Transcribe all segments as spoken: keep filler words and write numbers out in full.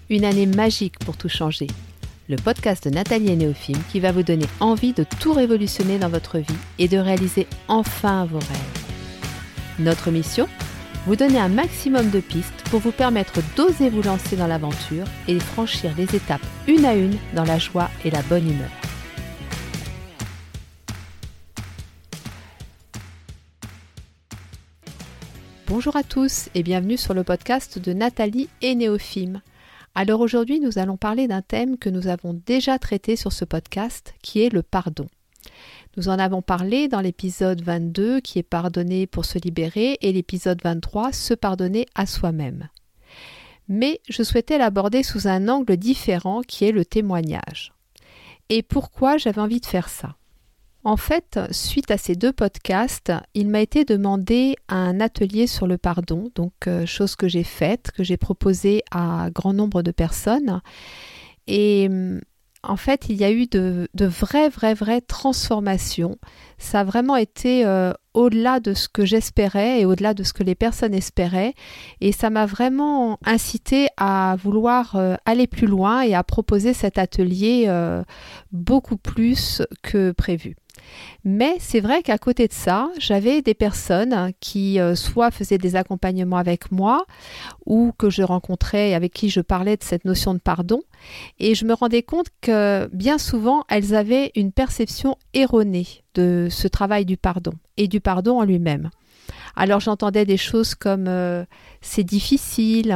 Une année magique pour tout changer. Le podcast de Nathalie et Néophime qui va vous donner envie de tout révolutionner dans votre vie et de réaliser enfin vos rêves. Notre mission ? Vous donner un maximum de pistes pour vous permettre d'oser vous lancer dans l'aventure et franchir les étapes une à une dans la joie et la bonne humeur. Bonjour à tous et bienvenue sur le podcast de Nathalie et Néophime. Alors aujourd'hui, nous allons parler d'un thème que nous avons déjà traité sur ce podcast, qui est le pardon. Nous en avons parlé dans l'épisode vingt-deux, qui est pardonner pour se libérer, et l'épisode vingt-trois, se pardonner à soi-même. Mais je souhaitais l'aborder sous un angle différent, qui est le témoignage. Et pourquoi j'avais envie de faire ça ? En fait, suite à ces deux podcasts, il m'a été demandé un atelier sur le pardon, donc euh, chose que j'ai faite, que j'ai proposée à grand nombre de personnes. Et en fait, il y a eu de, de vraies, vraies, vraies transformations. Ça a vraiment été euh, au-delà de ce que j'espérais et au-delà de ce que les personnes espéraient. Et ça m'a vraiment incité à vouloir euh, aller plus loin et à proposer cet atelier euh, beaucoup plus que prévu. Mais c'est vrai qu'à côté de ça, j'avais des personnes qui euh, soit faisaient des accompagnements avec moi ou que je rencontrais et avec qui je parlais de cette notion de pardon. Et je me rendais compte que bien souvent, elles avaient une perception erronée de ce travail du pardon et du pardon en lui-même. Alors j'entendais des choses comme euh, « c'est difficile »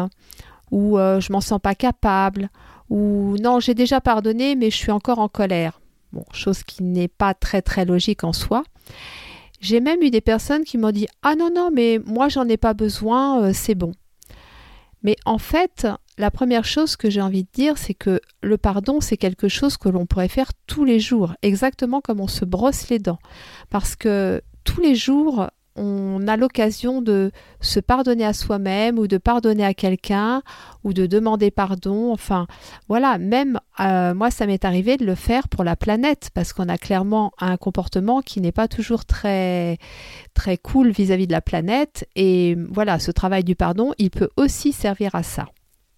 ou euh, « je m'en sens pas capable » ou « non, j'ai déjà pardonné mais je suis encore en colère ». Bon, chose qui n'est pas très très logique en soi. J'ai même eu des personnes qui m'ont dit « Ah non, non, mais moi j'en ai pas besoin, euh, c'est bon ». Mais en fait, la première chose que j'ai envie de dire, c'est que le pardon, c'est quelque chose que l'on pourrait faire tous les jours, exactement comme on se brosse les dents. Parce que tous les jours, on a l'occasion de se pardonner à soi-même ou de pardonner à quelqu'un ou de demander pardon. Enfin, voilà, même euh, moi, ça m'est arrivé de le faire pour la planète parce qu'on a clairement un comportement qui n'est pas toujours très, très cool vis-à-vis de la planète. Et voilà, ce travail du pardon, il peut aussi servir à ça.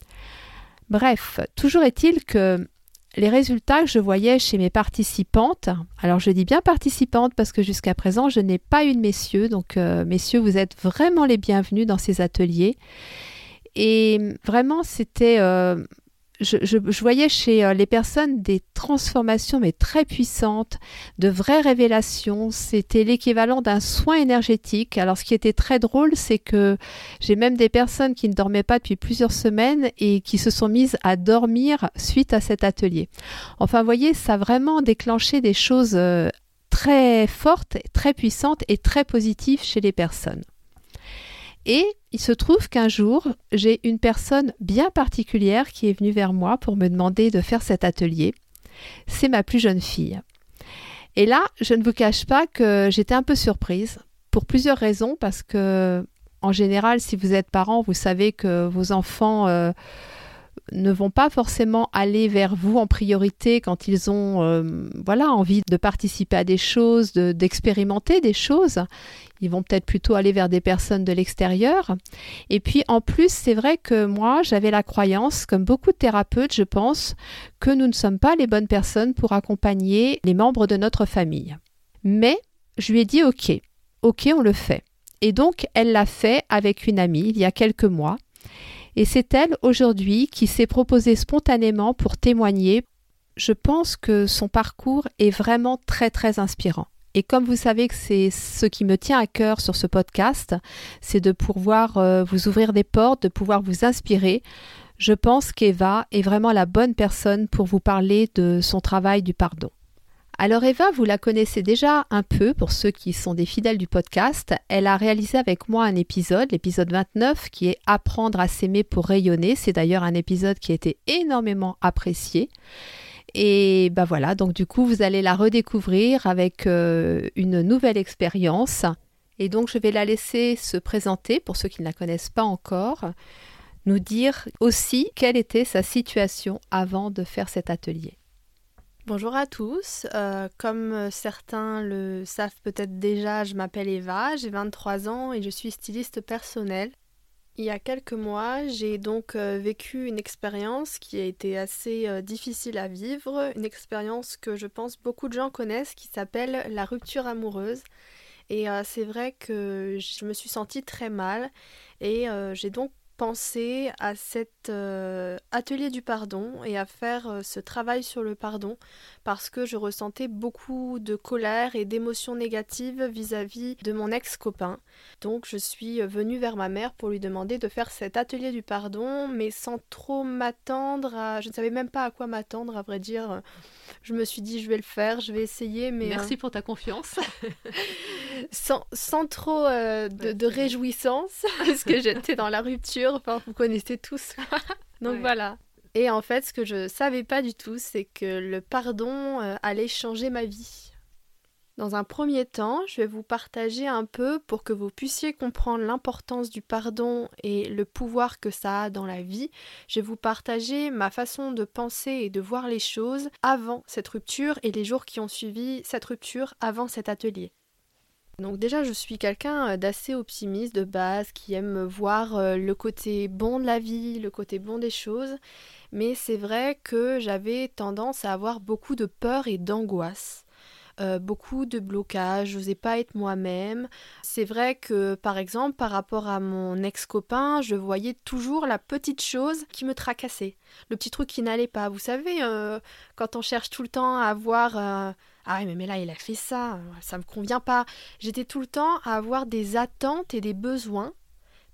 Bref, toujours est-il que les résultats que je voyais chez mes participantes, alors je dis bien participantes parce que jusqu'à présent je n'ai pas eu de messieurs, donc euh, messieurs vous êtes vraiment les bienvenus dans ces ateliers et vraiment c'était, euh, je, je, je voyais chez euh, les personnes des transformations mais très puissantes, de vraies révélations, c'était l'équivalent d'un soin énergétique. Alors ce qui était très drôle c'est que j'ai même des personnes qui ne dormaient pas depuis plusieurs semaines et qui se sont mises à dormir suite à cet atelier. Enfin vous voyez, ça a vraiment déclenché des choses euh, très fortes, très puissantes et très positives chez les personnes. Et il se trouve qu'un jour, j'ai une personne bien particulière qui est venue vers moi pour me demander de faire cet atelier. C'est ma plus jeune fille. Et là, je ne vous cache pas que j'étais un peu surprise pour plusieurs raisons parce que, en général, si vous êtes parent, vous savez que vos enfants euh, ne vont pas forcément aller vers vous en priorité quand ils ont euh, voilà, envie de participer à des choses, de, d'expérimenter des choses. Ils vont peut-être plutôt aller vers des personnes de l'extérieur. Et puis en plus, c'est vrai que moi, j'avais la croyance, comme beaucoup de thérapeutes, je pense, que nous ne sommes pas les bonnes personnes pour accompagner les membres de notre famille. Mais je lui ai dit « Ok, ok, on le fait ». Et donc, elle l'a fait avec une amie il y a quelques mois. Et c'est elle, aujourd'hui, qui s'est proposée spontanément pour témoigner. Je pense que son parcours est vraiment très, très inspirant. Et comme vous savez que c'est ce qui me tient à cœur sur ce podcast, c'est de pouvoir euh, vous ouvrir des portes, de pouvoir vous inspirer. Je pense qu'Eva est vraiment la bonne personne pour vous parler de son travail du pardon. Alors Eva, vous la connaissez déjà un peu pour ceux qui sont des fidèles du podcast. Elle a réalisé avec moi un épisode, l'épisode vingt-neuf, qui est « Apprendre à s'aimer pour rayonner ». C'est d'ailleurs un épisode qui a été énormément apprécié. Et ben voilà, donc du coup, vous allez la redécouvrir avec euh, une nouvelle expérience. Et donc, je vais la laisser se présenter, pour ceux qui ne la connaissent pas encore, nous dire aussi quelle était sa situation avant de faire cet atelier. Bonjour à tous, euh, comme certains le savent peut-être déjà, je m'appelle Eva, j'ai vingt-trois ans et je suis styliste personnelle. Il y a quelques mois, j'ai donc euh, vécu une expérience qui a été assez euh, difficile à vivre, une expérience que je pense beaucoup de gens connaissent qui s'appelle la rupture amoureuse. Et euh, c'est vrai que je me suis sentie très mal et euh, j'ai donc pensé à cet euh, atelier du pardon et à faire euh, ce travail sur le pardon parce que je ressentais beaucoup de colère et d'émotions négatives vis-à-vis de mon ex-copain. Donc je suis venue vers ma mère pour lui demander de faire cet atelier du pardon, mais sans trop m'attendre à... Je ne savais même pas à quoi m'attendre, à vrai dire. Je me suis dit, je vais le faire, je vais essayer, mais... Merci euh, pour ta confiance. sans, sans trop euh, de, Ouais, de c'est vrai. réjouissance, parce que j'étais dans la rupture, enfin, vous connaissez tous. Donc Ouais. voilà. Et en fait, ce que je savais pas du tout, c'est que le pardon euh, allait changer ma vie. Dans un premier temps, je vais vous partager un peu pour que vous puissiez comprendre l'importance du pardon et le pouvoir que ça a dans la vie. Je vais vous partager ma façon de penser et de voir les choses avant cette rupture et les jours qui ont suivi cette rupture avant cet atelier. Donc déjà, je suis quelqu'un d'assez optimiste de base, qui aime voir euh, le côté bon de la vie, le côté bon des choses, mais c'est vrai que j'avais tendance à avoir beaucoup de peur et d'angoisse. Euh, beaucoup de blocages, je n'osais pas être moi-même. C'est vrai que, par exemple, par rapport à mon ex-copain, je voyais toujours la petite chose qui me tracassait, le petit truc qui n'allait pas. Vous savez, euh, quand on cherche tout le temps à avoir... euh, ah oui, mais, mais là, il a fait ça, ça me convient pas. J'étais tout le temps à avoir des attentes et des besoins. Pourquoi ?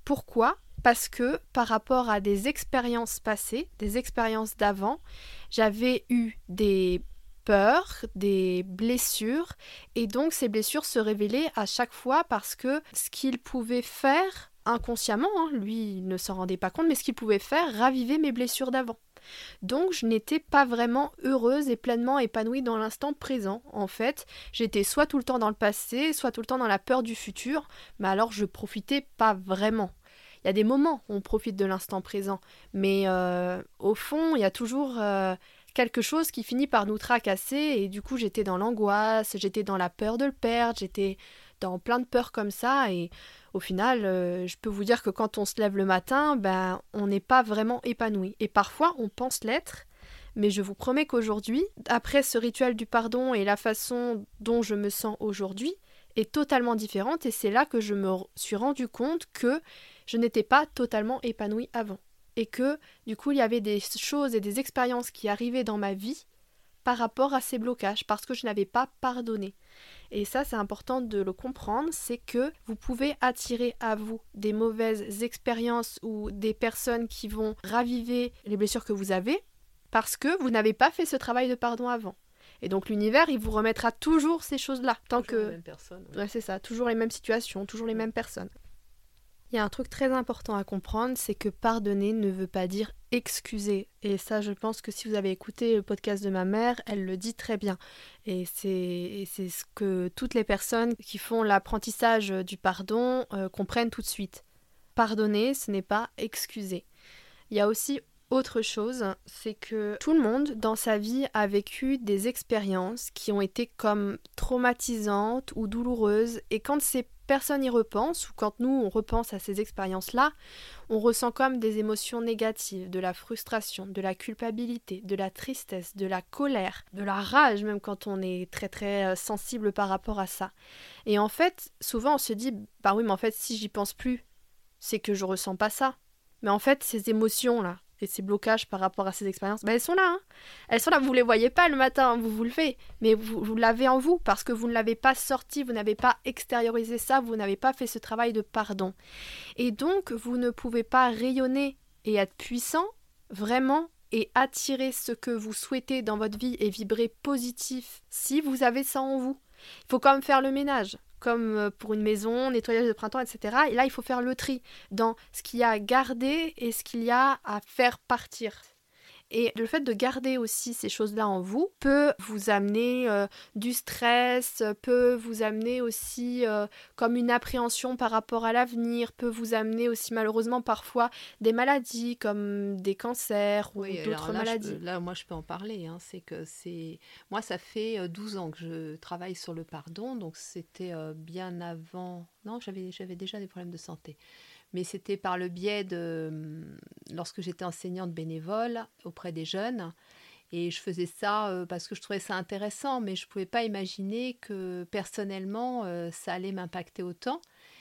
Parce que par rapport à des expériences passées, des expériences d'avant, j'avais eu des peurs, des blessures, et donc ces blessures se révélaient à chaque fois parce que ce qu'il pouvait faire inconsciemment, hein, lui il ne s'en rendait pas compte, mais ce qu'il pouvait faire ravivait mes blessures d'avant. Donc je n'étais pas vraiment heureuse et pleinement épanouie dans l'instant présent. En fait, j'étais soit tout le temps dans le passé, soit tout le temps dans la peur du futur, mais alors je profitais pas vraiment. Il y a des moments où on profite de l'instant présent, mais euh, au fond, il y a toujours euh, quelque chose qui finit par nous tracasser, et du coup j'étais dans l'angoisse, j'étais dans la peur de le perdre, j'étais dans plein de peurs comme ça, et au final, euh, je peux vous dire que quand on se lève le matin, ben, on n'est pas vraiment épanoui. Et parfois, on pense l'être, mais je vous promets qu'aujourd'hui, après ce rituel du pardon et la façon dont je me sens aujourd'hui, est totalement différente, et c'est là que je me suis rendu compte que je n'étais pas totalement épanouie avant. Et que, du coup, il y avait des choses et des expériences qui arrivaient dans ma vie par rapport à ces blocages, parce que je n'avais pas pardonné. Et ça, c'est important de le comprendre, c'est que vous pouvez attirer à vous des mauvaises expériences ou des personnes qui vont raviver les blessures que vous avez, parce que vous n'avez pas fait ce travail de pardon avant. Et donc l'univers, il vous remettra toujours ces choses-là. Tant Toujours que... la même personne. Ouais. Ouais, c'est ça, toujours les mêmes situations, toujours les Ouais. mêmes personnes. Il y a un truc très important à comprendre, c'est que pardonner ne veut pas dire excuser. Et ça, je pense que si vous avez écouté le podcast de ma mère, elle le dit très bien. Et c'est, et c'est ce que toutes les personnes qui font l'apprentissage du pardon euh, comprennent tout de suite. Pardonner, ce n'est pas excuser. Il y a aussi autre chose, c'est que tout le monde dans sa vie a vécu des expériences qui ont été comme traumatisantes ou douloureuses, et quand ces personnes y repensent, ou quand nous on repense à ces expériences-là, on ressent comme des émotions négatives, de la frustration, de la culpabilité, de la tristesse, de la colère, de la rage, même quand on est très très sensible par rapport à ça. Et en fait, souvent on se dit, bah oui, mais en fait si j'y pense plus, c'est que je ressens pas ça. Mais en fait, ces émotions-là, et ces blocages par rapport à ces expériences, ben elles sont là. Hein. Elles sont là, vous ne les voyez pas le matin, vous vous levez, mais vous, vous l'avez en vous, parce que vous ne l'avez pas sorti, vous n'avez pas extériorisé ça, vous n'avez pas fait ce travail de pardon. Et donc, vous ne pouvez pas rayonner et être puissant, vraiment, et attirer ce que vous souhaitez dans votre vie et vibrer positif si vous avez ça en vous. Il faut quand même faire le ménage, comme pour une maison, nettoyage de printemps, et cetera. Et là, il faut faire le tri dans ce qu'il y a à garder et ce qu'il y a à faire partir. Et le fait de garder aussi ces choses-là en vous peut vous amener euh, du stress, peut vous amener aussi euh, comme une appréhension par rapport à l'avenir, peut vous amener aussi malheureusement parfois des maladies comme des cancers ou Oui, d'autres alors là, maladies. Je peux, là, moi, je peux en parler. Hein. C'est que c'est... Moi, ça fait douze ans que je travaille sur le pardon, donc c'était euh, bien avant... Non, j'avais, j'avais déjà des problèmes de santé. mais c'était par le biais de... Lorsque j'étais enseignante bénévole auprès des jeunes, et je faisais ça euh, parce que je trouvais ça intéressant, mais je ne pouvais pas imaginer que personnellement, euh, ça allait m'impacter autant.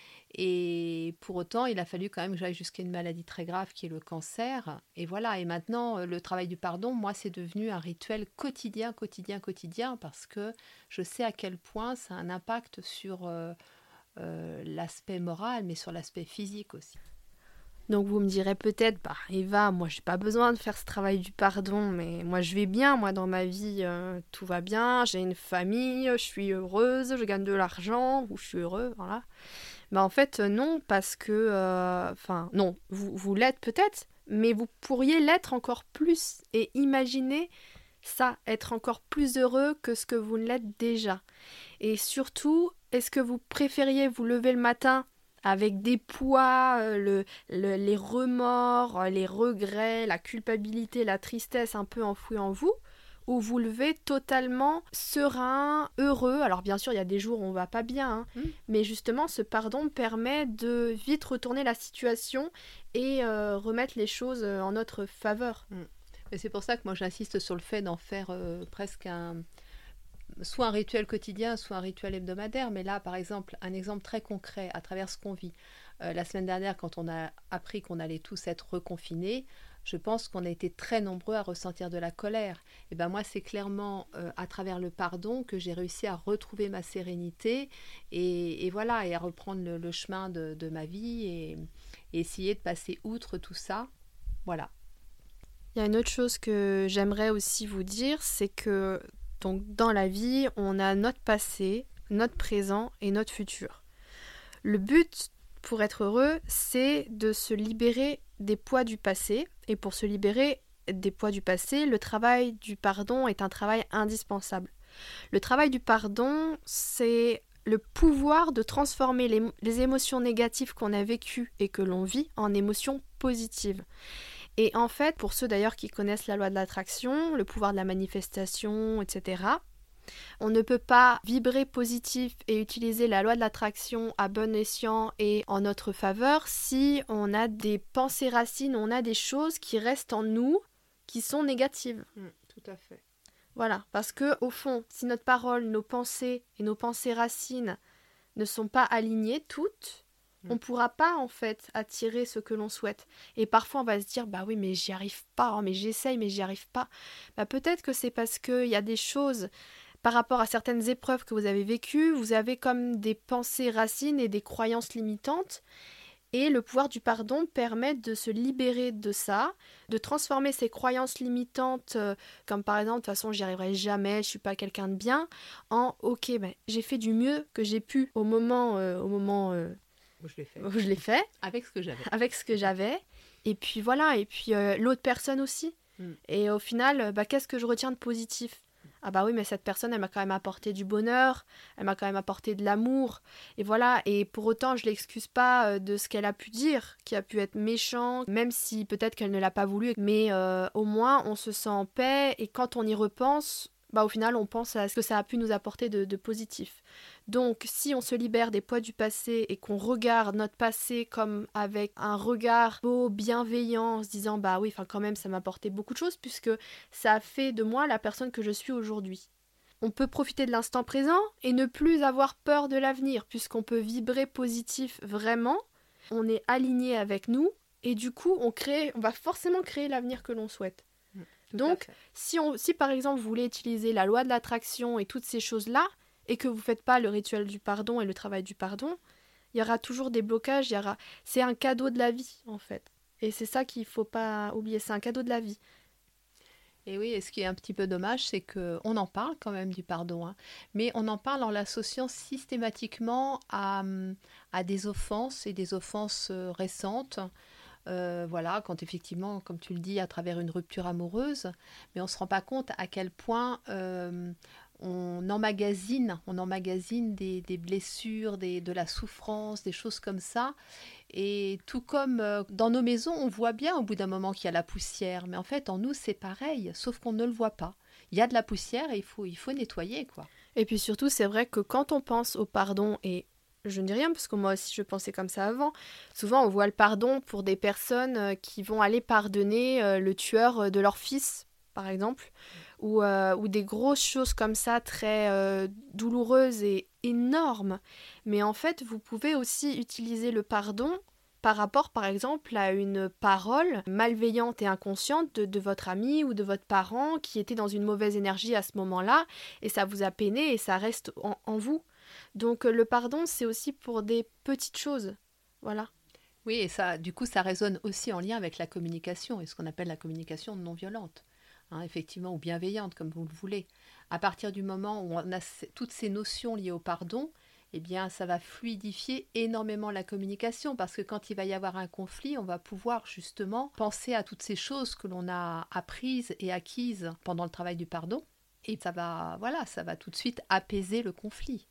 Et pour autant, il a fallu quand même que j'aille jusqu'à une maladie très grave qui est le cancer. Et voilà, et maintenant, euh, le travail du pardon, moi, c'est devenu un rituel quotidien, quotidien, quotidien, parce que je sais à quel point ça a un impact sur euh, euh, l'aspect moral, mais sur l'aspect physique aussi. Donc vous me direz peut-être, bah Eva, moi j'ai pas besoin de faire ce travail du pardon, mais moi je vais bien, moi dans ma vie, euh, tout va bien, j'ai une famille, je suis heureuse, je gagne de l'argent, ou je suis heureux, voilà. Bah en fait euh, non, parce que, enfin euh, non, vous, vous l'êtes peut-être, mais vous pourriez l'être encore plus et imaginer ça, être encore plus heureux que ce que vous ne l'êtes déjà. Et surtout, est-ce que vous préfériez vous lever le matin avec des poids, euh, le, le, les remords, les regrets, la culpabilité, la tristesse un peu enfouie en vous, ou vous levez totalement serein, heureux. Alors bien sûr, il y a des jours où on va pas bien, hein, mmh. mais justement, ce pardon permet de vite retourner la situation et euh, remettre les choses en notre faveur. Mmh. Et c'est pour ça que moi j'insiste sur le fait d'en faire euh, presque un... soit un rituel quotidien, soit un rituel hebdomadaire. Mais là, par exemple, un exemple très concret à travers ce qu'on vit. Euh, la semaine dernière, quand on a appris qu'on allait tous être reconfinés, je pense qu'on a été très nombreux à ressentir de la colère. Et ben moi, c'est clairement euh, à travers le pardon que j'ai réussi à retrouver ma sérénité et, et voilà, et à reprendre le, le chemin de, de ma vie et, et essayer de passer outre tout ça. Voilà. Il y a une autre chose que j'aimerais aussi vous dire, c'est que donc, dans la vie, on a notre passé, notre présent et notre futur. Le but, pour être heureux, c'est de se libérer des poids du passé. Et pour se libérer des poids du passé, le travail du pardon est un travail indispensable. Le travail du pardon, c'est le pouvoir de transformer les, les émotions négatives qu'on a vécues et que l'on vit en émotions positives. Et en fait, pour ceux d'ailleurs qui connaissent la loi de l'attraction, le pouvoir de la manifestation, et cetera, on ne peut pas vibrer positif et utiliser la loi de l'attraction à bon escient et en notre faveur si on a des pensées racines, on a des choses qui restent en nous qui sont négatives. Mmh, tout à fait. Voilà, parce que au fond, si notre parole, nos pensées et nos pensées racines ne sont pas alignées toutes, on ne pourra pas en fait attirer ce que l'on souhaite. Et parfois on va se dire bah oui mais j'y arrive pas, hein, mais j'essaye mais j'y arrive pas. Bah peut-être que c'est parce qu'il y a des choses par rapport à certaines épreuves que vous avez vécues, vous avez comme des pensées racines et des croyances limitantes. Et le pouvoir du pardon permet de se libérer de ça, de transformer ces croyances limitantes, euh, comme par exemple, de toute façon, j'y arriverai jamais, je suis pas quelqu'un de bien, en ok, ben, j'ai fait du mieux que j'ai pu au moment, euh, au moment euh, où je l'ai fait. Où je l'ai fait. Avec ce que j'avais. Avec ce que j'avais. Et puis voilà, et puis euh, l'autre personne aussi. Mm. Et au final, bah, qu'est-ce que je retiens de positif ? Ah bah oui, mais cette personne, elle m'a quand même apporté du bonheur, elle m'a quand même apporté de l'amour, et voilà, et pour autant, je l'excuse pas de ce qu'elle a pu dire, qui a pu être méchant, même si peut-être qu'elle ne l'a pas voulu, mais euh, au moins, on se sent en paix, et quand on y repense, bah au final, on pense à ce que ça a pu nous apporter de, de positif. Donc, si on se libère des poids du passé et qu'on regarde notre passé comme avec un regard beau, bienveillant, en se disant, bah oui, enfin quand même, ça m'a apporté beaucoup de choses puisque ça a fait de moi la personne que je suis aujourd'hui. On peut profiter de l'instant présent et ne plus avoir peur de l'avenir puisqu'on peut vibrer positif vraiment. On est aligné avec nous et du coup, on crée, on va forcément créer l'avenir que l'on souhaite. Tout Donc, si, on, si par exemple vous voulez utiliser la loi de l'attraction et toutes ces choses-là, et que vous ne faites pas le rituel du pardon et le travail du pardon, il y aura toujours des blocages, il y aura... c'est un cadeau de la vie en fait. Et c'est ça qu'il ne faut pas oublier, c'est un cadeau de la vie. Et oui, et ce qui est un petit peu dommage, c'est qu'on en parle quand même du pardon, hein, mais on en parle en l'associant systématiquement à, à des offenses et des offenses récentes. Euh, voilà, quand effectivement, comme tu le dis, à travers une rupture amoureuse, mais on ne se rend pas compte à quel point euh, on emmagasine, on emmagasine des, des blessures, des, de la souffrance, des choses comme ça. Et tout comme euh, dans nos maisons, on voit bien au bout d'un moment qu'il y a la poussière, mais en fait, en nous, c'est pareil, sauf qu'on ne le voit pas. Il y a de la poussière et il faut, il faut nettoyer, quoi. Et puis surtout, c'est vrai que quand on pense au pardon et je ne dis rien parce que moi aussi je pensais comme ça avant. Souvent on voit le pardon pour des personnes euh, qui vont aller pardonner euh, le tueur euh, de leur fils, par exemple, ou, euh, ou des grosses choses comme ça très euh, douloureuses et énormes. Mais en fait, vous pouvez aussi utiliser le pardon par rapport, par exemple, à une parole malveillante et inconsciente de, de votre ami ou de votre parent qui était dans une mauvaise énergie à ce moment-là, et ça vous a peiné et ça reste en, en vous. Donc le pardon, c'est aussi pour des petites choses. Voilà. Oui, et ça, du coup, ça résonne aussi en lien avec la communication, et ce qu'on appelle la communication non violente, hein, effectivement, ou bienveillante, comme vous le voulez. À partir du moment où on a toutes ces notions liées au pardon, eh bien, ça va fluidifier énormément la communication, parce que quand il va y avoir un conflit, on va pouvoir justement penser à toutes ces choses que l'on a apprises et acquises pendant le travail du pardon, et ça va, voilà, ça va tout de suite apaiser le conflit.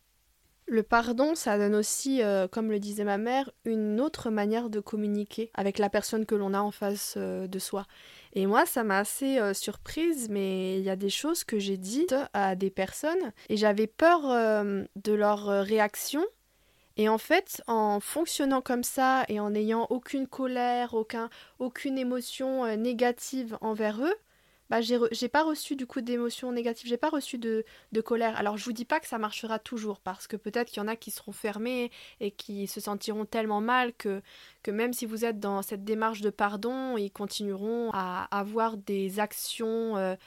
Le pardon, ça donne aussi, euh, comme le disait ma mère, une autre manière de communiquer avec la personne que l'on a en face euh, de soi. Et moi, ça m'a assez euh, surprise, mais il y a des choses que j'ai dites à des personnes et j'avais peur euh, de leur euh, réaction. Et en fait, en fonctionnant comme ça et en n'ayant aucune colère, aucun, aucune émotion euh, négative envers eux, bah, j'ai, re- j'ai pas reçu du coup d'émotions négatives, j'ai pas reçu de, de colère. Alors je vous dis pas que ça marchera toujours, parce que peut-être qu'il y en a qui seront fermés et qui se sentiront tellement mal que, que même si vous êtes dans cette démarche de pardon, ils continueront à avoir des actions euh,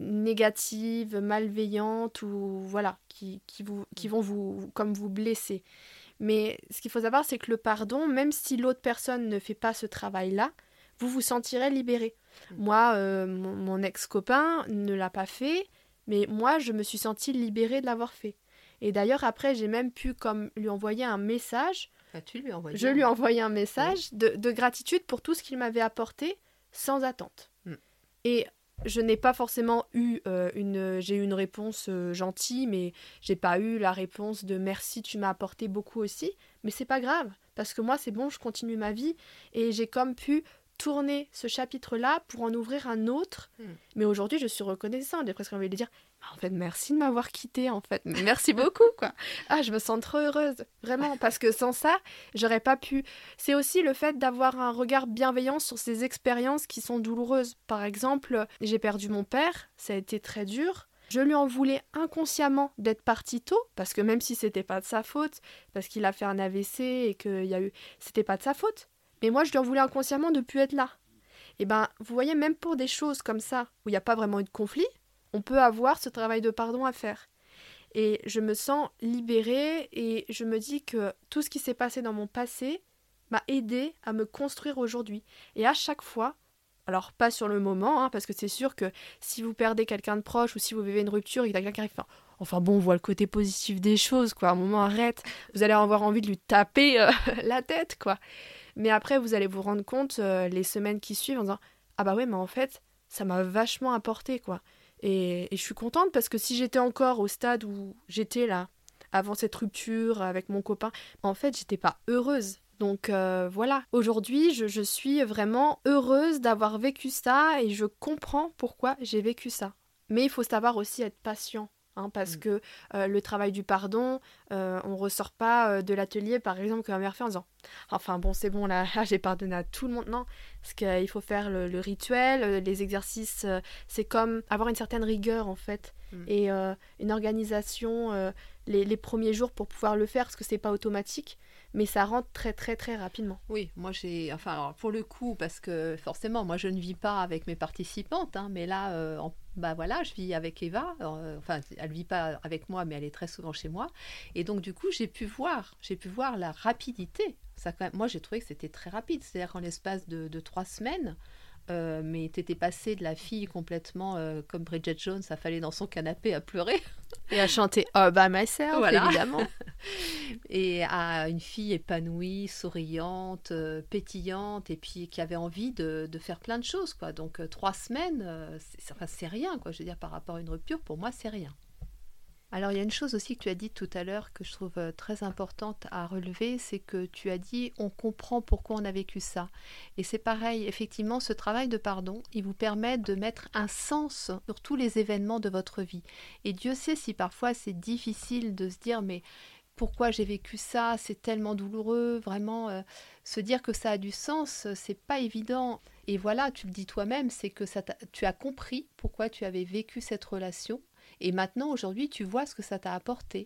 négatives, malveillantes ou voilà, qui, qui, vous, qui vont vous, comme vous blesser. Mais ce qu'il faut savoir, c'est que le pardon, même si l'autre personne ne fait pas ce travail-là, vous vous sentirez libéré. Mmh. Moi, euh, mon, mon ex-copain ne l'a pas fait, mais moi, je me suis sentie libérée de l'avoir fait. Et d'ailleurs, après, j'ai même pu comme lui envoyer un message. Ah, tu lui as envoyé Je un... lui ai envoyé un message oui. de, de gratitude pour tout ce qu'il m'avait apporté, sans attente. Mmh. Et je n'ai pas forcément eu euh, une... J'ai eu une réponse euh, gentille, mais j'ai pas eu la réponse de merci, tu m'as apporté beaucoup aussi. Mais c'est pas grave, parce que moi, c'est bon, je continue ma vie. Et j'ai comme pu tourner ce chapitre-là pour en ouvrir un autre. Mm. Mais aujourd'hui, je suis reconnaissante. J'ai presque envie de dire, en fait, merci de m'avoir quittée, en fait. Merci beaucoup, quoi. Ah, je me sens trop heureuse, vraiment. Parce que sans ça, j'aurais pas pu... C'est aussi le fait d'avoir un regard bienveillant sur ces expériences qui sont douloureuses. Par exemple, j'ai perdu mon père. Ça a été très dur. Je lui en voulais inconsciemment d'être parti tôt, parce que même si c'était pas de sa faute, parce qu'il a fait un A V C et qu'il y a eu... C'était pas de sa faute. Mais moi, je lui en voulais inconsciemment de ne plus être là. Et ben, vous voyez, même pour des choses comme ça, où il n'y a pas vraiment eu de conflit, on peut avoir ce travail de pardon à faire. Et je me sens libérée et je me dis que tout ce qui s'est passé dans mon passé m'a aidée à me construire aujourd'hui. Et à chaque fois, alors pas sur le moment, hein, parce que c'est sûr que si vous perdez quelqu'un de proche ou si vous vivez une rupture et qu'il y a quelqu'un qui arrive, enfin, enfin bon, on voit le côté positif des choses, quoi. À un moment, arrête, vous allez avoir envie de lui taper euh, la tête, quoi. Mais après, vous allez vous rendre compte euh, les semaines qui suivent en disant « Ah bah ouais, mais en fait, ça m'a vachement apporté, quoi. » Et, et je suis contente parce que si j'étais encore au stade où j'étais là, avant cette rupture avec mon copain, en fait, j'étais pas heureuse. Donc euh, voilà, aujourd'hui, je, je suis vraiment heureuse d'avoir vécu ça et je comprends pourquoi j'ai vécu ça. Mais il faut savoir aussi être patient. Hein, parce mmh. que euh, le travail du pardon, euh, on ne ressort pas euh, de l'atelier, par exemple, que ma mère fait en disant « Enfin bon, c'est bon, là, là j'ai pardonné à tout le monde. » Non, parce qu'il euh, faut faire le, le rituel, euh, les exercices, euh, c'est comme avoir une certaine rigueur, en fait, mmh. et euh, une organisation euh, les, les premiers jours pour pouvoir le faire, parce que ce n'est pas automatique. Mais ça rentre très très très rapidement. Oui, moi j'ai, enfin alors pour le coup, parce que forcément moi je ne vis pas avec mes participantes, hein, mais là, euh, en, bah voilà, je vis avec Eva, euh, enfin elle vit pas avec moi, mais elle est très souvent chez moi, et donc du coup j'ai pu voir, j'ai pu voir la rapidité. Ça, quand même, moi j'ai trouvé que c'était très rapide, c'est-à-dire qu'en l'espace de, de trois semaines. Euh, mais t'étais passée de la fille complètement euh, comme Bridget Jones, ça fallait dans son canapé à pleurer. Et à chanter All by myself, voilà. Évidemment. Et à une fille épanouie, souriante, euh, pétillante, et puis qui avait envie de, de faire plein de choses, quoi. Donc euh, trois semaines, euh, c'est, enfin, c'est rien, quoi. Je veux dire, par rapport à une rupture, pour moi, c'est rien. Alors, il y a une chose aussi que tu as dit tout à l'heure que je trouve très importante à relever, c'est que tu as dit on comprend pourquoi on a vécu ça. Et c'est pareil, effectivement, ce travail de pardon, il vous permet de mettre un sens sur tous les événements de votre vie. Et Dieu sait si parfois c'est difficile de se dire mais pourquoi j'ai vécu ça, c'est tellement douloureux, vraiment, euh, se dire que ça a du sens, c'est pas évident. Et voilà, tu le dis toi-même, c'est que ça tu as compris pourquoi tu avais vécu cette relation, et maintenant, aujourd'hui, tu vois ce que ça t'a apporté.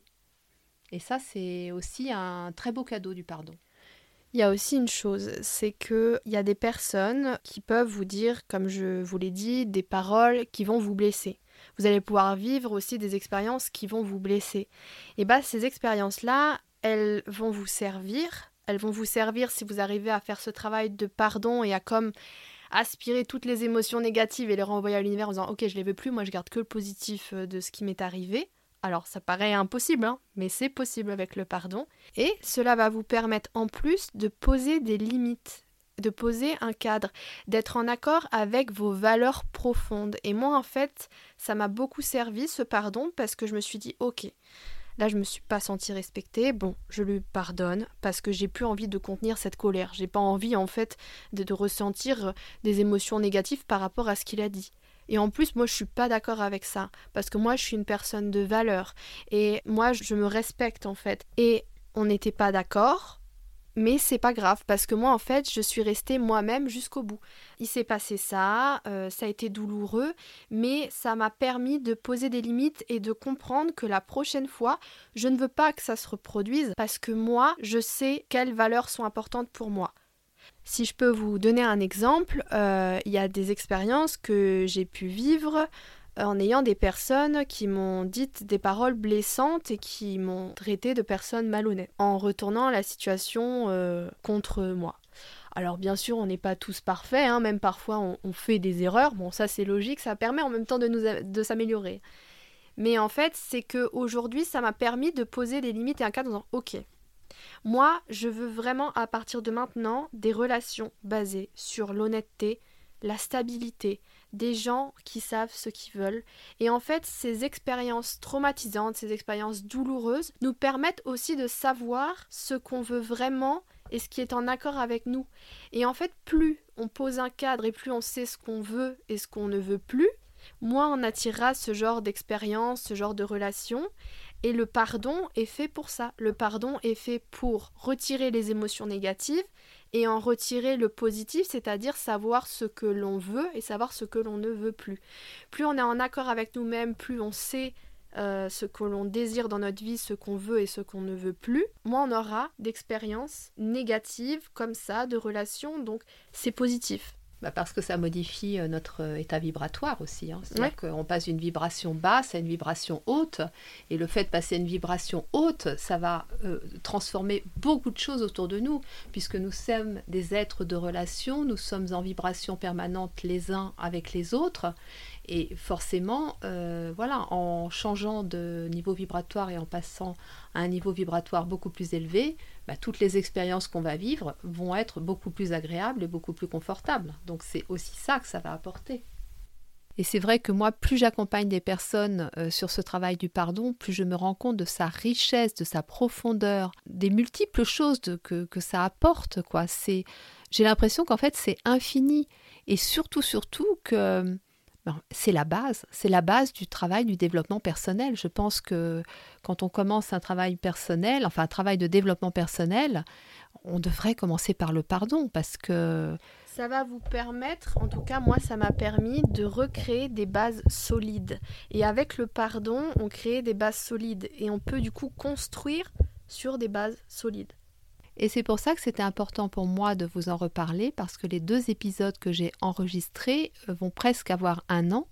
Et ça, c'est aussi un très beau cadeau du pardon. Il y a aussi une chose, c'est qu'il y a des personnes qui peuvent vous dire, comme je vous l'ai dit, des paroles qui vont vous blesser. Vous allez pouvoir vivre aussi des expériences qui vont vous blesser. Et bien, ces expériences-là, elles vont vous servir. Elles vont vous servir si vous arrivez à faire ce travail de pardon et à comme aspirer toutes les émotions négatives et les renvoyer à l'univers en disant « Ok, je les veux plus, moi je garde que le positif de ce qui m'est arrivé ». Alors, ça paraît impossible, hein, mais c'est possible avec le pardon. Et cela va vous permettre en plus de poser des limites, de poser un cadre, d'être en accord avec vos valeurs profondes. Et moi, en fait, ça m'a beaucoup servi, ce pardon, parce que je me suis dit, ok, là, je me suis pas sentie respectée. Bon, je lui pardonne parce que j'ai plus envie de contenir cette colère. J'ai pas envie, en fait, de, de ressentir des émotions négatives par rapport à ce qu'il a dit. Et en plus, moi, je suis pas d'accord avec ça, parce que moi, je suis une personne de valeur, et moi, je me respecte, en fait. Et on n'était pas d'accord, mais c'est pas grave, parce que moi, en fait, je suis restée moi-même jusqu'au bout. Il s'est passé ça, euh, ça a été douloureux, mais ça m'a permis de poser des limites et de comprendre que la prochaine fois, je ne veux pas que ça se reproduise, parce que moi, je sais quelles valeurs sont importantes pour moi. Si je peux vous donner un exemple, euh, il y a des expériences que j'ai pu vivre en ayant des personnes qui m'ont dit des paroles blessantes et qui m'ont traité de personne malhonnête, en retournant la situation euh, contre moi. Alors bien sûr, on n'est pas tous parfaits, hein, même parfois on, on fait des erreurs, bon ça c'est logique, ça permet en même temps de, nous a- de s'améliorer. Mais en fait, c'est qu'aujourd'hui, ça m'a permis de poser des limites et un cadre en disant « Ok, moi, je veux vraiment, à partir de maintenant, des relations basées sur l'honnêteté, la stabilité, des gens qui savent ce qu'ils veulent. » Et en fait, ces expériences traumatisantes, ces expériences douloureuses, nous permettent aussi de savoir ce qu'on veut vraiment et ce qui est en accord avec nous. Et en fait, plus on pose un cadre et plus on sait ce qu'on veut et ce qu'on ne veut plus, moins on attirera ce genre d'expérience, ce genre de relation. Et le pardon est fait pour ça. Le pardon est fait pour retirer les émotions négatives et en retirer le positif, c'est-à-dire savoir ce que l'on veut et savoir ce que l'on ne veut plus. Plus on est en accord avec nous-mêmes, plus on sait euh, ce que l'on désire dans notre vie, ce qu'on veut et ce qu'on ne veut plus, moins on aura d'expériences négatives comme ça, de relations, donc c'est positif. Bah parce que ça modifie notre état vibratoire aussi. Hein. C'est-à-dire Ouais. qu'on passe d'une vibration basse à une vibration haute. Et le fait de passer à une vibration haute, ça va euh, transformer beaucoup de choses autour de nous. Puisque nous sommes des êtres de relation, nous sommes en vibration permanente les uns avec les autres. Et forcément, euh, voilà, en changeant de niveau vibratoire et en passant à un niveau vibratoire beaucoup plus élevé, bah, toutes les expériences qu'on va vivre vont être beaucoup plus agréables et beaucoup plus confortables. Donc c'est aussi ça que ça va apporter. Et c'est vrai que moi, plus j'accompagne des personnes euh, sur ce travail du pardon, plus je me rends compte de sa richesse, de sa profondeur, des multiples choses de, que, que ça apporte, quoi. C'est, j'ai l'impression qu'en fait, c'est infini. Et surtout, surtout que... Ben, c'est la base, c'est la base du travail du développement personnel. Je pense que quand on commence un travail personnel, enfin un travail de développement personnel, on devrait commencer par le pardon parce que... Ça va vous permettre, en tout cas moi ça m'a permis de recréer des bases solides. Et avec le pardon, on crée des bases solides et on peut du coup construire sur des bases solides. Et c'est pour ça que c'était important pour moi de vous en reparler, parce que les deux épisodes que j'ai enregistrés vont presque avoir un an.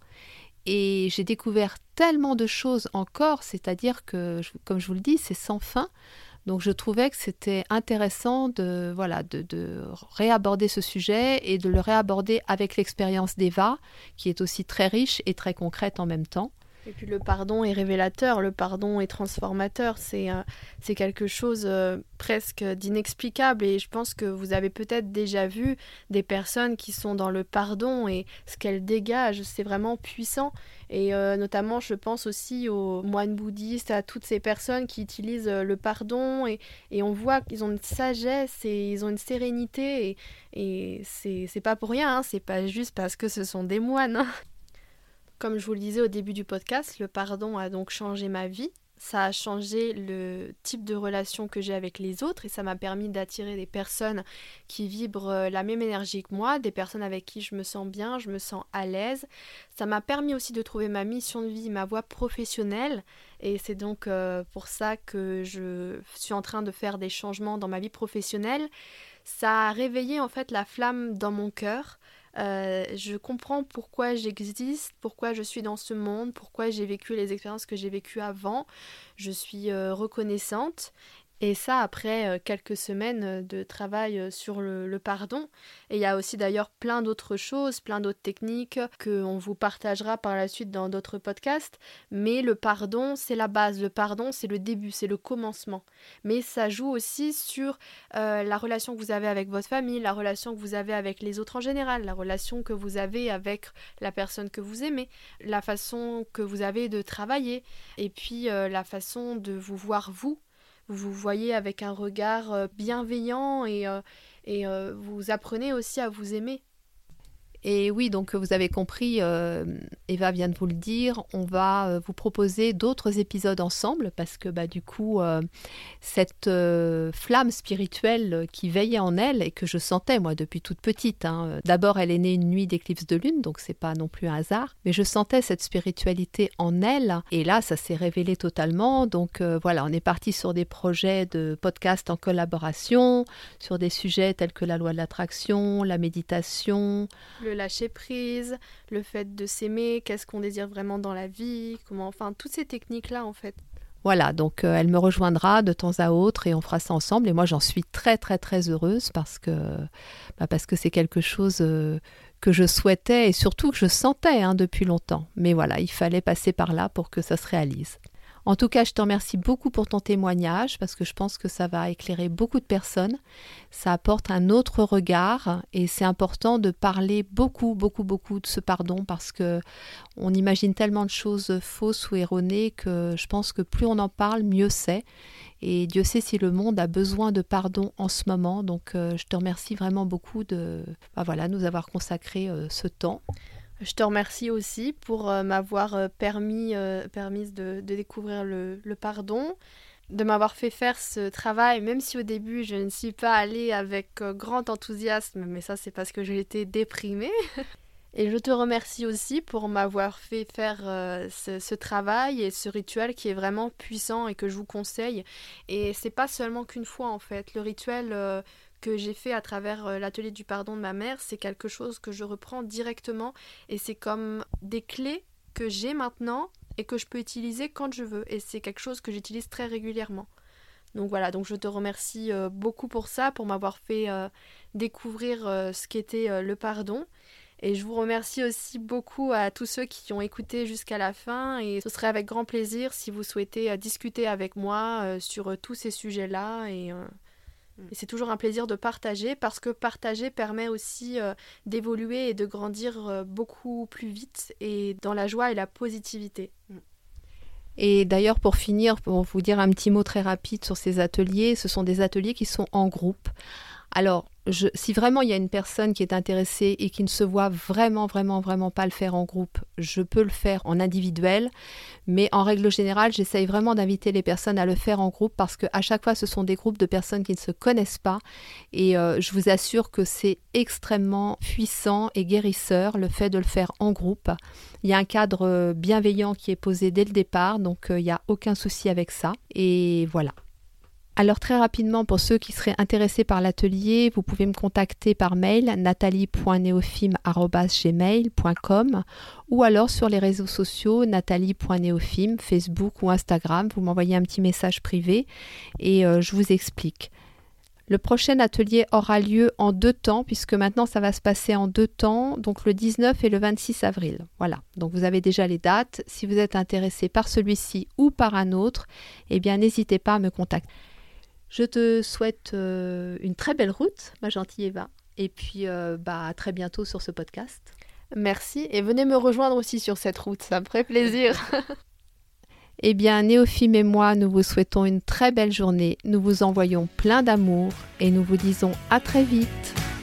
Et j'ai découvert tellement de choses encore, c'est-à-dire que, comme je vous le dis, c'est sans fin. Donc je trouvais que c'était intéressant de, voilà, de, de réaborder ce sujet et de le réaborder avec l'expérience d'Eva, qui est aussi très riche et très concrète en même temps. Et puis le pardon est révélateur, le pardon est transformateur, c'est, euh, c'est quelque chose euh, presque d'inexplicable et je pense que vous avez peut-être déjà vu des personnes qui sont dans le pardon et ce qu'elles dégagent, c'est vraiment puissant. Et euh, notamment je pense aussi aux moines bouddhistes, à toutes ces personnes qui utilisent euh, le pardon et, et on voit qu'ils ont une sagesse et ils ont une sérénité et, et c'est, c'est pas pour rien, hein, c'est pas juste parce que ce sont des moines, hein. Comme je vous le disais au début du podcast, le pardon a donc changé ma vie. ça a changé le type de relation que j'ai avec les autres et ça m'a permis d'attirer des personnes qui vibrent la même énergie que moi, des personnes avec qui je me sens bien, je me sens à l'aise. Ça m'a permis aussi de trouver ma mission de vie, ma voie professionnelle et c'est donc euh, pour ça que je suis en train de faire des changements dans ma vie professionnelle. Ça a réveillé en fait la flamme dans mon cœur. Euh, je comprends pourquoi j'existe, pourquoi je suis dans ce monde, pourquoi j'ai vécu les expériences que j'ai vécues avant. Je suis euh, reconnaissante. Et ça, après euh, quelques semaines de travail sur le, le pardon. Et il y a aussi d'ailleurs plein d'autres choses, plein d'autres techniques qu'on vous partagera par la suite dans d'autres podcasts. Mais le pardon, c'est la base. Le pardon, c'est le début, c'est le commencement. Mais ça joue aussi sur euh, la relation que vous avez avec votre famille, la relation que vous avez avec les autres en général, la relation que vous avez avec la personne que vous aimez, la façon que vous avez de travailler, et puis euh, la façon de vous voir vous. Vous vous voyez avec un regard bienveillant et, euh, et euh, vous apprenez aussi à vous aimer. Et oui, donc vous avez compris, euh, Eva vient de vous le dire, on va euh, vous proposer d'autres épisodes ensemble parce que bah, du coup, euh, cette euh, flamme spirituelle qui veillait en elle et que je sentais moi depuis toute petite, hein, d'abord elle est née une nuit d'éclipse de lune, donc c'est pas non plus un hasard, mais je sentais cette spiritualité en elle et là ça s'est révélé totalement, donc euh, voilà, on est parti sur des projets de podcast en collaboration, sur des sujets tels que la loi de l'attraction, la méditation, le lâcher prise, le fait de s'aimer, qu'est-ce qu'on désire vraiment dans la vie, comment, enfin toutes ces techniques-là en fait. Voilà, donc euh, elle me rejoindra de temps à autre et on fera ça ensemble et moi j'en suis très très très heureuse parce que, bah, parce que c'est quelque chose euh, que je souhaitais et surtout que je sentais hein, depuis longtemps. Mais voilà, il fallait passer par là pour que ça se réalise. En tout cas, je te remercie beaucoup pour ton témoignage parce que je pense que ça va éclairer beaucoup de personnes. Ça apporte un autre regard et c'est important de parler beaucoup, beaucoup, beaucoup de ce pardon parce que on imagine tellement de choses fausses ou erronées que je pense que plus on en parle, mieux c'est. Et Dieu sait si le monde a besoin de pardon en ce moment. Donc, euh, je te remercie vraiment beaucoup de bah, voilà, nous avoir consacré euh, ce temps. Je te remercie aussi pour euh, m'avoir euh, permis, euh, permis de, de découvrir le, le pardon, de m'avoir fait faire ce travail, même si au début je ne suis pas allée avec euh, grand enthousiasme, mais ça c'est parce que j'ai été déprimée. Et je te remercie aussi pour m'avoir fait faire euh, ce, ce travail et ce rituel qui est vraiment puissant et que je vous conseille. Et c'est pas seulement qu'une fois en fait, le rituel... Euh, que j'ai fait à travers euh, l'atelier du pardon de ma mère, c'est quelque chose que je reprends directement et c'est comme des clés que j'ai maintenant et que je peux utiliser quand je veux et c'est quelque chose que j'utilise très régulièrement. Donc voilà, donc je te remercie euh, beaucoup pour ça, pour m'avoir fait euh, découvrir euh, ce qu'était euh, le pardon. Et je vous remercie aussi beaucoup à tous ceux qui ont écouté jusqu'à la fin et ce serait avec grand plaisir si vous souhaitez euh, discuter avec moi euh, sur euh, tous ces sujets-là et... Euh, Et c'est toujours un plaisir de partager parce que partager permet aussi euh, d'évoluer et de grandir euh, beaucoup plus vite et dans la joie et la positivité. Et d'ailleurs, pour finir, pour vous dire un petit mot très rapide sur ces ateliers, ce sont des ateliers qui sont en groupe. Alors, je, si vraiment il y a une personne qui est intéressée et qui ne se voit vraiment, vraiment, vraiment pas le faire en groupe, je peux le faire en individuel. Mais en règle générale, j'essaye vraiment d'inviter les personnes à le faire en groupe parce qu'à chaque fois, ce sont des groupes de personnes qui ne se connaissent pas. Et euh, je vous assure que c'est extrêmement puissant et guérisseur le fait de le faire en groupe. Il y a un cadre bienveillant qui est posé dès le départ, donc euh, il n'y a aucun souci avec ça. Et voilà. Alors très rapidement, pour ceux qui seraient intéressés par l'atelier, vous pouvez me contacter par mail nathalie point neofim arobase gmail point com ou alors sur les réseaux sociaux nathalie point neofim, Facebook ou Instagram. Vous m'envoyez un petit message privé et euh, je vous explique. Le prochain atelier aura lieu en deux temps, puisque maintenant ça va se passer en deux temps, donc le dix-neuf et le vingt-six avril. Voilà, donc vous avez déjà les dates. Si vous êtes intéressé par celui-ci ou par un autre, eh bien n'hésitez pas à me contacter. Je te souhaite euh, une très belle route, ma gentille Eva, et puis euh, bah, à très bientôt sur ce podcast. Merci, et venez me rejoindre aussi sur cette route, ça me ferait plaisir. Eh bien, Néophime et moi, nous vous souhaitons une très belle journée, nous vous envoyons plein d'amour et nous vous disons à très vite.